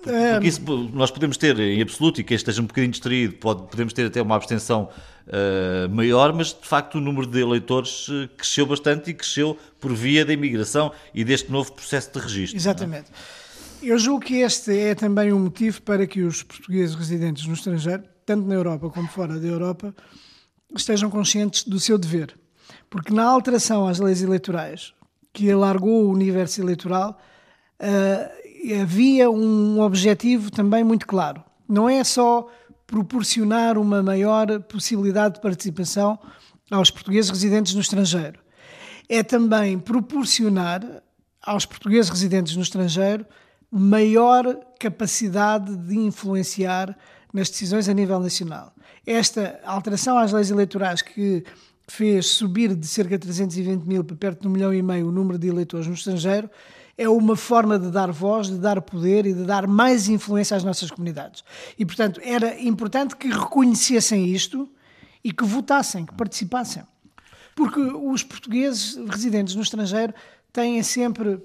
Porque isso nós podemos ter em absoluto, e quem esteja um bocadinho distraído, podemos ter até uma abstenção maior, mas de facto o número de eleitores cresceu bastante e cresceu por via da imigração e deste novo processo de registro. Exatamente. Eu julgo que este é também um motivo para que os portugueses residentes no estrangeiro, tanto na Europa como fora da Europa, estejam conscientes do seu dever. Porque na alteração às leis eleitorais, que alargou o universo eleitoral, havia um objetivo também muito claro. Não é só proporcionar uma maior possibilidade de participação aos portugueses residentes no estrangeiro. É também proporcionar aos portugueses residentes no estrangeiro maior capacidade de influenciar nas decisões a nível nacional. Esta alteração às leis eleitorais que fez subir de cerca de 320 mil para perto de 1,5 milhão o número de eleitores no estrangeiro é uma forma de dar voz, de dar poder e de dar mais influência às nossas comunidades. E, portanto, era importante que reconhecessem isto e que votassem, que participassem. Porque os portugueses residentes no estrangeiro têm sempre,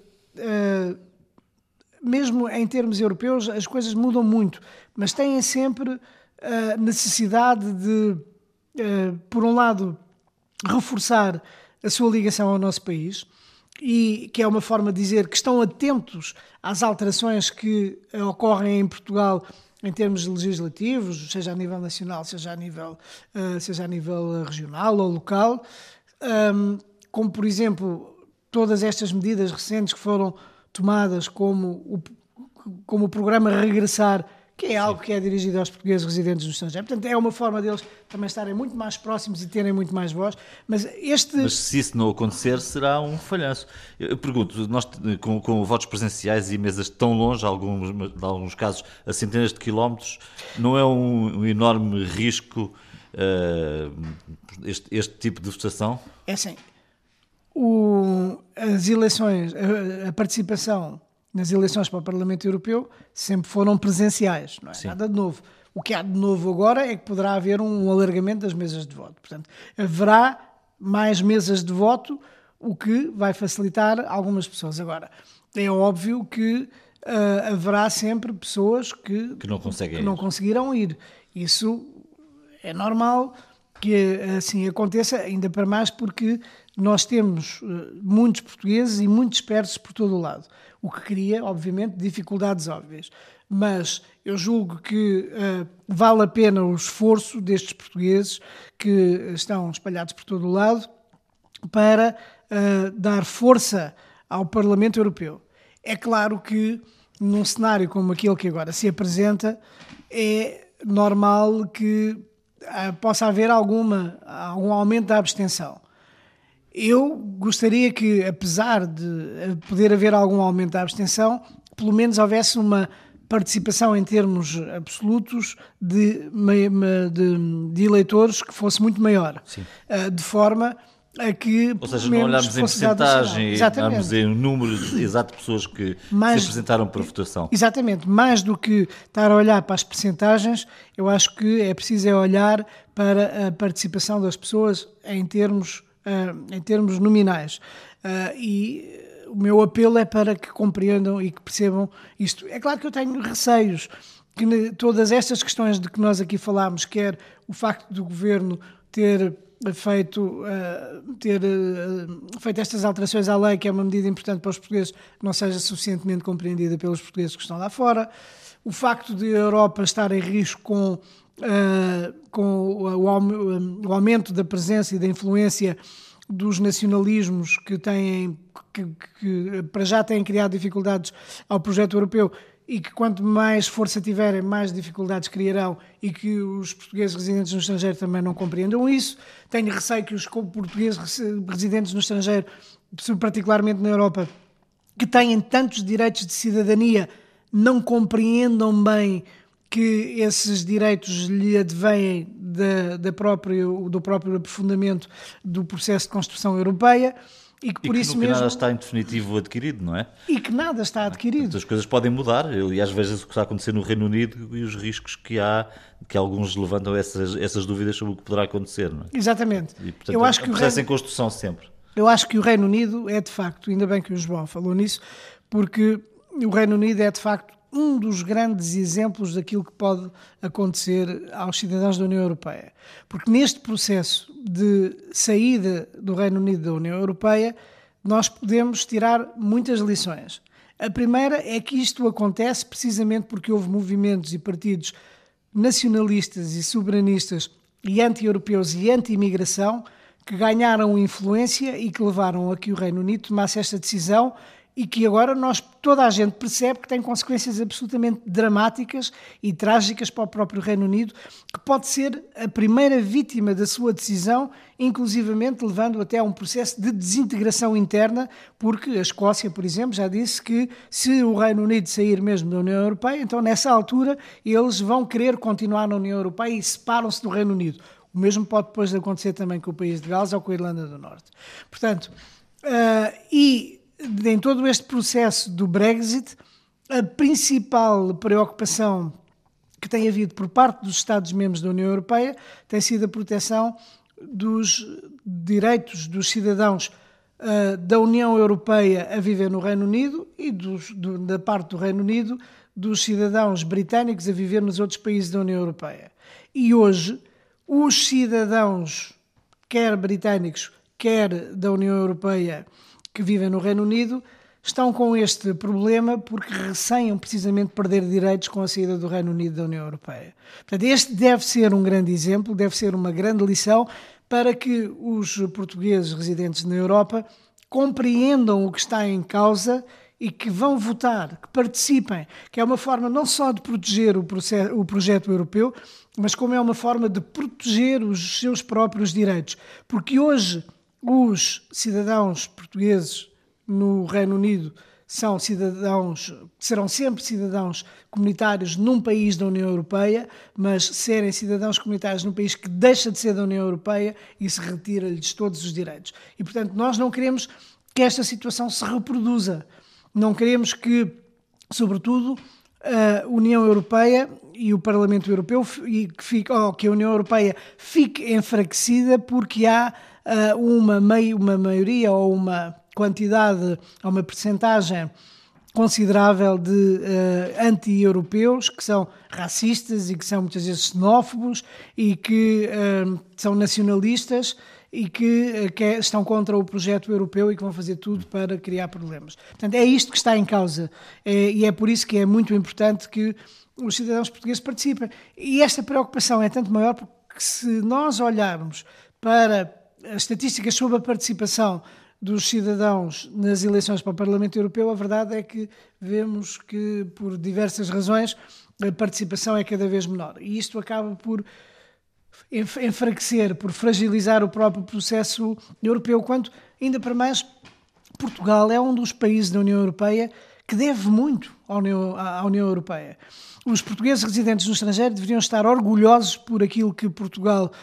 mesmo em termos europeus, as coisas mudam muito, mas têm sempre a necessidade de, por um lado, reforçar a sua ligação ao nosso país, e que é uma forma de dizer que estão atentos às alterações que ocorrem em Portugal em termos legislativos, seja a nível nacional, seja a nível regional ou local, como, por exemplo, todas estas medidas recentes que foram tomadas como o programa Regressar, que é algo que é dirigido aos portugueses residentes no estrangeiro. Portanto, é uma forma deles também estarem muito mais próximos e terem muito mais voz. Mas se isso não acontecer, será um falhanço. Eu pergunto, nós com votos presenciais e mesas tão longe, em alguns casos a centenas de quilómetros, não é um enorme risco este tipo de votação? É assim, as eleições, a participação nas eleições para o Parlamento Europeu sempre foram presenciais, não é? Sim. Nada de novo. O que há de novo agora é que poderá haver um alargamento das mesas de voto. Portanto, haverá mais mesas de voto, o que vai facilitar algumas pessoas. Agora, é óbvio que haverá sempre pessoas que não conseguirão ir. Isso é normal que assim aconteça, ainda para mais porque nós temos muitos portugueses e muito dispersos por todo o lado, o que cria, obviamente, dificuldades óbvias. Mas eu julgo que vale a pena o esforço destes portugueses que estão espalhados por todo o lado para dar força ao Parlamento Europeu. É claro que, num cenário como aquele que agora se apresenta, é normal que possa haver algum aumento da abstenção. Eu gostaria que, apesar de poder haver algum aumento da abstenção, pelo menos houvesse uma participação em termos absolutos de eleitores que fosse muito maior. Sim. De forma a que... Ou seja, não olharmos em percentagem, olharmos em número exato de pessoas que se apresentaram para a votação. Exatamente. Mais do que estar a olhar para as percentagens, eu acho que é preciso olhar para a participação das pessoas em termos nominais. E o meu apelo é para que compreendam e que percebam isto. É claro que eu tenho receios que todas estas questões de que nós aqui falámos, quer o facto do Governo ter feito estas alterações à lei, que é uma medida importante para os portugueses, não seja suficientemente compreendida pelos portugueses que estão lá fora, o facto de a Europa estar em risco com o aumento da presença e da influência dos nacionalismos que para já têm criado dificuldades ao projeto europeu e que quanto mais força tiverem, mais dificuldades criarão e que os portugueses residentes no estrangeiro também não compreendam isso. Tenho receio que os portugueses residentes no estrangeiro, particularmente na Europa, que têm tantos direitos de cidadania, não compreendam bem que esses direitos lhe advêm do próprio aprofundamento do processo de construção europeia e que por isso mesmo... nada está em definitivo adquirido, não é? E que nada está adquirido. As coisas podem mudar. Eu, aliás, vejo o que está a acontecer no Reino Unido e os riscos que há, que alguns levantam essas dúvidas sobre o que poderá acontecer, não é? Exatamente. E, portanto, eu acho que o processo em construção sempre. Eu acho que o Reino Unido é, de facto, ainda bem que o João falou nisso, porque o Reino Unido é, de facto, um dos grandes exemplos daquilo que pode acontecer aos cidadãos da União Europeia. Porque neste processo de saída do Reino Unido da União Europeia, nós podemos tirar muitas lições. A primeira é que isto acontece precisamente porque houve movimentos e partidos nacionalistas e soberanistas e anti-europeus e anti-imigração que ganharam influência e que levaram a que o Reino Unido tomasse esta decisão e que agora toda a gente percebe que tem consequências absolutamente dramáticas e trágicas para o próprio Reino Unido, que pode ser a primeira vítima da sua decisão, inclusivamente levando até a um processo de desintegração interna, porque a Escócia, por exemplo, já disse que se o Reino Unido sair mesmo da União Europeia, então nessa altura eles vão querer continuar na União Europeia e separam-se do Reino Unido. O mesmo pode depois acontecer também com o país de Gales ou com a Irlanda do Norte. Portanto, em todo este processo do Brexit, a principal preocupação que tem havido por parte dos Estados-membros da União Europeia tem sido a proteção dos direitos dos cidadãos da União Europeia a viver no Reino Unido e da parte do Reino Unido dos cidadãos britânicos a viver nos outros países da União Europeia. E hoje, os cidadãos, quer britânicos, quer da União Europeia, que vivem no Reino Unido, estão com este problema porque receiam precisamente perder direitos com a saída do Reino Unido da União Europeia. Portanto, este deve ser um grande exemplo, deve ser uma grande lição para que os portugueses residentes na Europa compreendam o que está em causa e que vão votar, que participem, que é uma forma não só de proteger o projeto europeu, mas como é uma forma de proteger os seus próprios direitos. Porque hoje os cidadãos portugueses no Reino Unido serão sempre cidadãos comunitários num país da União Europeia, mas serem cidadãos comunitários num país que deixa de ser da União Europeia e se retira-lhes todos os direitos. E, portanto, nós não queremos que esta situação se reproduza. Não queremos que, sobretudo, a União Europeia e o Parlamento Europeu que a União Europeia fique enfraquecida porque há uma maioria ou uma quantidade, ou uma percentagem considerável de anti-europeus que são racistas e que são muitas vezes xenófobos e que são nacionalistas e que estão contra o projeto europeu e que vão fazer tudo para criar problemas. Portanto, é isto que está em causa e é por isso que é muito importante que os cidadãos portugueses participem. E esta preocupação é tanto maior porque se nós olharmos para as estatísticas sobre a participação dos cidadãos nas eleições para o Parlamento Europeu, a verdade é que vemos que, por diversas razões, a participação é cada vez menor. E isto acaba por enfraquecer, por fragilizar o próprio processo europeu, quando, ainda para mais, Portugal é um dos países da União Europeia que deve muito à União Europeia. Os portugueses residentes no estrangeiro deveriam estar orgulhosos por aquilo que Portugal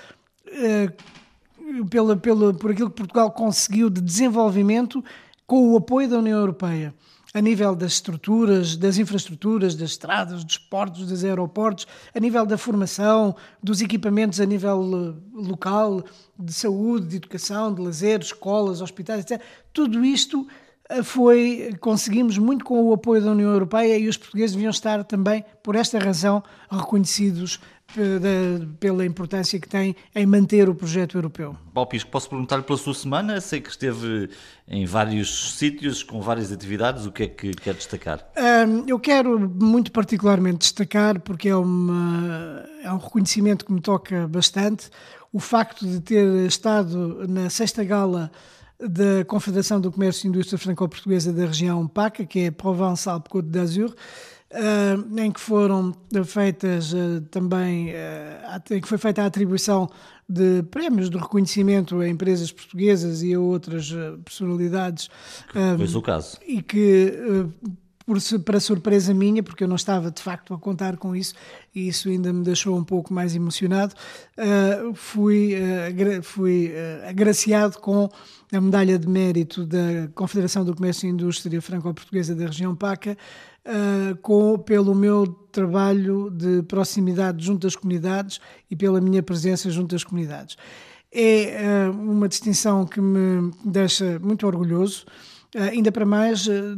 por aquilo que Portugal conseguiu de desenvolvimento com o apoio da União Europeia, a nível das estruturas, das infraestruturas, das estradas, dos portos, dos aeroportos, a nível da formação, dos equipamentos a nível local, de saúde, de educação, de lazer, escolas, hospitais, etc. Tudo isto conseguimos muito com o apoio da União Europeia e os portugueses deviam estar também, por esta razão, reconhecidos pela importância que tem em manter o projeto europeu. Paulo Pisco, posso perguntar-lhe pela sua semana? Sei que esteve em vários sítios, com várias atividades. O que é que quer destacar? Eu quero muito particularmente destacar, porque é um reconhecimento que me toca bastante, o facto de ter estado na 6ª Gala da Confederação do Comércio e Indústria Franco-Portuguesa da região PACA, que é Provence-Alpes-Côte d'Azur, em que foram feitas em que foi feita a atribuição de prémios de reconhecimento a empresas portuguesas e a outras personalidades. Foi o caso. E que, para surpresa minha, porque eu não estava de facto a contar com isso, e isso ainda me deixou um pouco mais emocionado, fui agraciado com a medalha de mérito da Confederação do Comércio e Indústria Franco-Portuguesa da região PACA, pelo meu trabalho de proximidade junto às comunidades e pela minha presença junto às comunidades. É uma distinção que me deixa muito orgulhoso, ainda para mais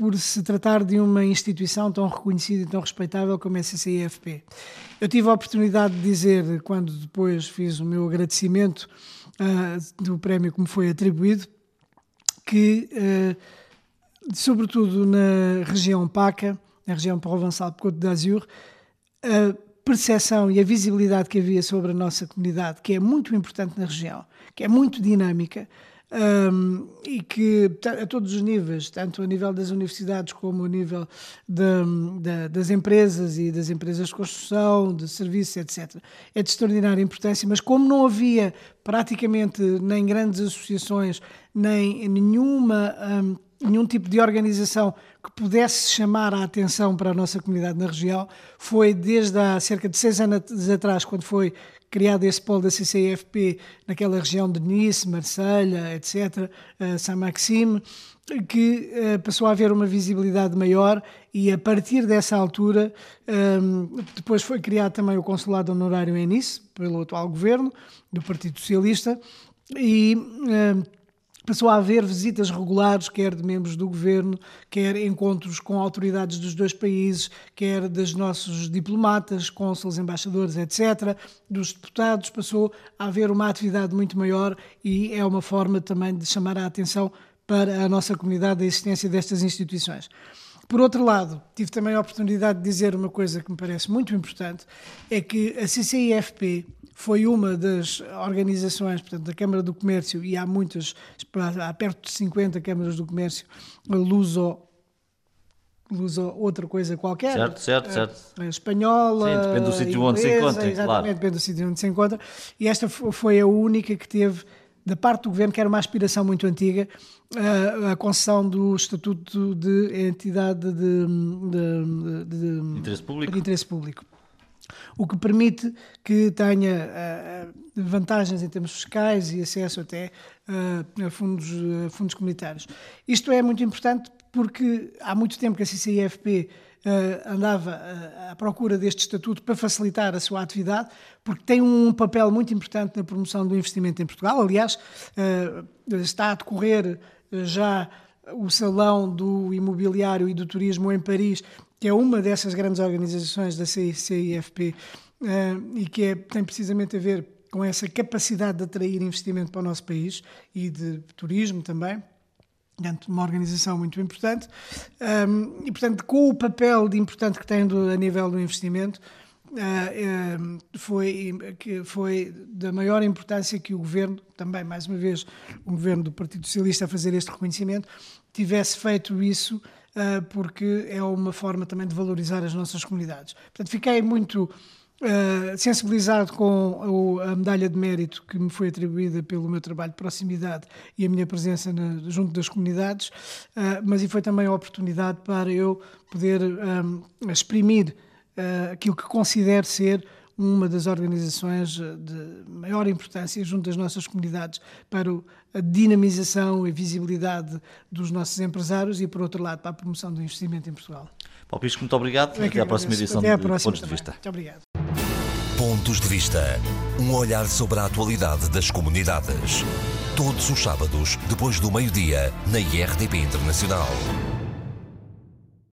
por se tratar de uma instituição tão reconhecida e tão respeitável como é a CCIFP. Eu tive a oportunidade de dizer, quando depois fiz o meu agradecimento do prémio que me foi atribuído, que, sobretudo na região PACA, na região Provençal-Côte d'Azur, a percepção e a visibilidade que havia sobre a nossa comunidade, que é muito importante na região, que é muito dinâmica, e que a todos os níveis, tanto a nível das universidades como a nível das empresas e das empresas de construção, de serviços, etc., é de extraordinária importância, mas como não havia praticamente nem grandes associações, nem nenhum tipo de organização que pudesse chamar a atenção para a nossa comunidade na região, foi desde há cerca de 6 anos atrás, quando foi criado esse polo da CCIFP naquela região de Nice, Marselha, etc., Saint-Maxime, que passou a haver uma visibilidade maior e a partir dessa altura depois foi criado também o consulado honorário em Nice, pelo atual governo do Partido Socialista, e passou a haver visitas regulares, quer de membros do governo, quer encontros com autoridades dos dois países, quer dos nossos diplomatas, cônsules, embaixadores, etc., dos deputados. Passou a haver uma atividade muito maior e é uma forma também de chamar a atenção para a nossa comunidade a existência destas instituições. Por outro lado, tive também a oportunidade de dizer uma coisa que me parece muito importante, é que a CCIFP foi uma das organizações, portanto, da Câmara do Comércio, e há muitas, há perto de 50 câmaras do comércio, luso outra coisa qualquer. Certo. Espanhola, sim, depende do sítio inglesa, onde se encontra. Exatamente, claro. Depende do sítio onde se encontra. E esta foi a única que teve, da parte do governo, que era uma aspiração muito antiga, a concessão do estatuto de entidade de interesse público. O que permite que tenha vantagens em termos fiscais e acesso até a fundos comunitários. Isto é muito importante porque há muito tempo que a CCIFP andava à procura deste estatuto para facilitar a sua atividade, porque tem um papel muito importante na promoção do investimento em Portugal. Aliás, está a decorrer já o Salão do Imobiliário e do Turismo em Paris, que é uma dessas grandes organizações da CCIFP e que tem precisamente a ver com essa capacidade de atrair investimento para o nosso país e de turismo também. Portanto, uma organização muito importante e, portanto, com o papel de importante que tem a nível do investimento, foi da maior importância que o Governo, também, mais uma vez, o Governo do Partido Socialista a fazer este reconhecimento, tivesse feito isso, porque é uma forma também de valorizar as nossas comunidades. Portanto, fiquei muito sensibilizado com a medalha de mérito que me foi atribuída pelo meu trabalho de proximidade e a minha presença junto das comunidades, mas foi também a oportunidade para eu poder exprimir aquilo que considero ser uma das organizações de maior importância junto das nossas comunidades para a dinamização e visibilidade dos nossos empresários e, por outro lado, para a promoção do investimento em Portugal. Paulo Pisco, muito obrigado. Até à próxima edição de Pontos de Vista. Muito obrigado. Pontos de Vista. Um olhar sobre a atualidade das comunidades. Todos os sábados, depois do meio-dia, na IRTP Internacional.